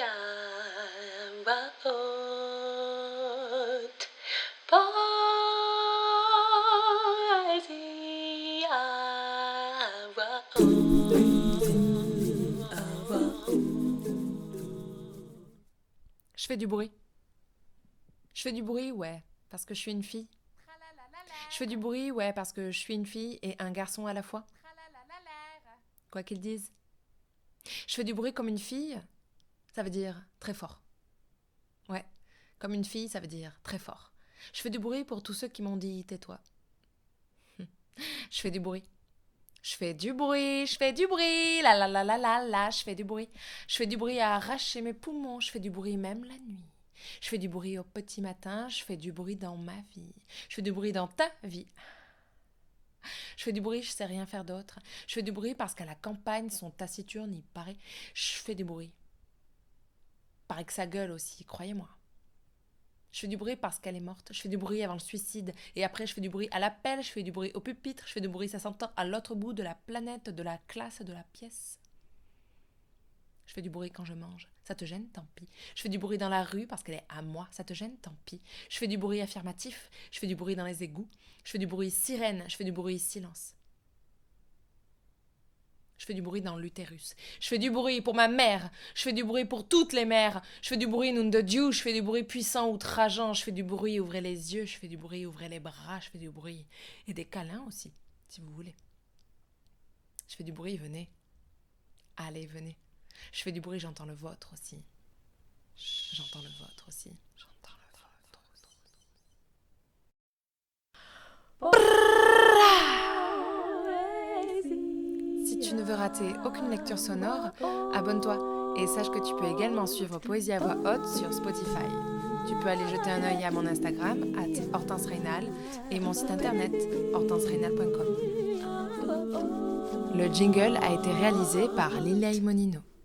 Je fais du bruit. Je fais du bruit, ouais, parce que je suis une fille. Je fais du bruit, ouais, parce que je suis une fille et un garçon à la fois. Quoi qu'ils disent. Je fais du bruit comme une fille, ça veut dire très fort. Ouais, comme une fille, ça veut dire très fort. Je fais du bruit pour tous ceux qui m'ont dit tais-toi. Je fais du bruit. Je fais du bruit, je fais du bruit, la la la la la la, je fais du bruit. Je fais du bruit à arracher mes poumons, je fais du bruit même la nuit. Je fais du bruit au petit matin, je fais du bruit dans ma vie. Je fais du bruit dans ta vie. Je fais du bruit, je sais rien faire d'autre. Je fais du bruit parce qu'à la campagne, son taciturne, il paraît. Je fais du bruit. Paraît que ça gueule aussi, croyez-moi. Je fais du bruit parce qu'elle est morte. Je fais du bruit avant le suicide. Et après, je fais du bruit à l'appel. Je fais du bruit au pupitre. Je fais du bruit, ça s'entend à l'autre bout de la planète, de la classe, de la pièce. Je fais du bruit quand je mange. Ça te gêne, tant pis. Je fais du bruit dans la rue parce qu'elle est à moi. Ça te gêne, tant pis. Je fais du bruit affirmatif. Je fais du bruit dans les égouts. Je fais du bruit sirène. Je fais du bruit silence. Je fais du bruit dans l'utérus. Je fais du bruit pour ma mère. Je fais du bruit pour toutes les mères. Je fais du bruit nom de Dieu. Je fais du bruit puissant, outrageant. Je fais du bruit, ouvrez les yeux. Je fais du bruit, ouvrez les bras. Je fais du bruit. Et des câlins aussi, si vous voulez. Je fais du bruit, venez. Allez, venez. Je fais du bruit, j'entends le vôtre aussi. J'entends le vôtre aussi. J'entends le vôtre aussi. Si tu ne veux rater aucune lecture sonore, abonne-toi et sache que tu peux également suivre Poésie à voix haute sur Spotify. Tu peux aller jeter un œil à mon Instagram, @HortenseReynal, et mon site internet, hortensereynal.com. Le jingle a été réalisé par Lilei Monino.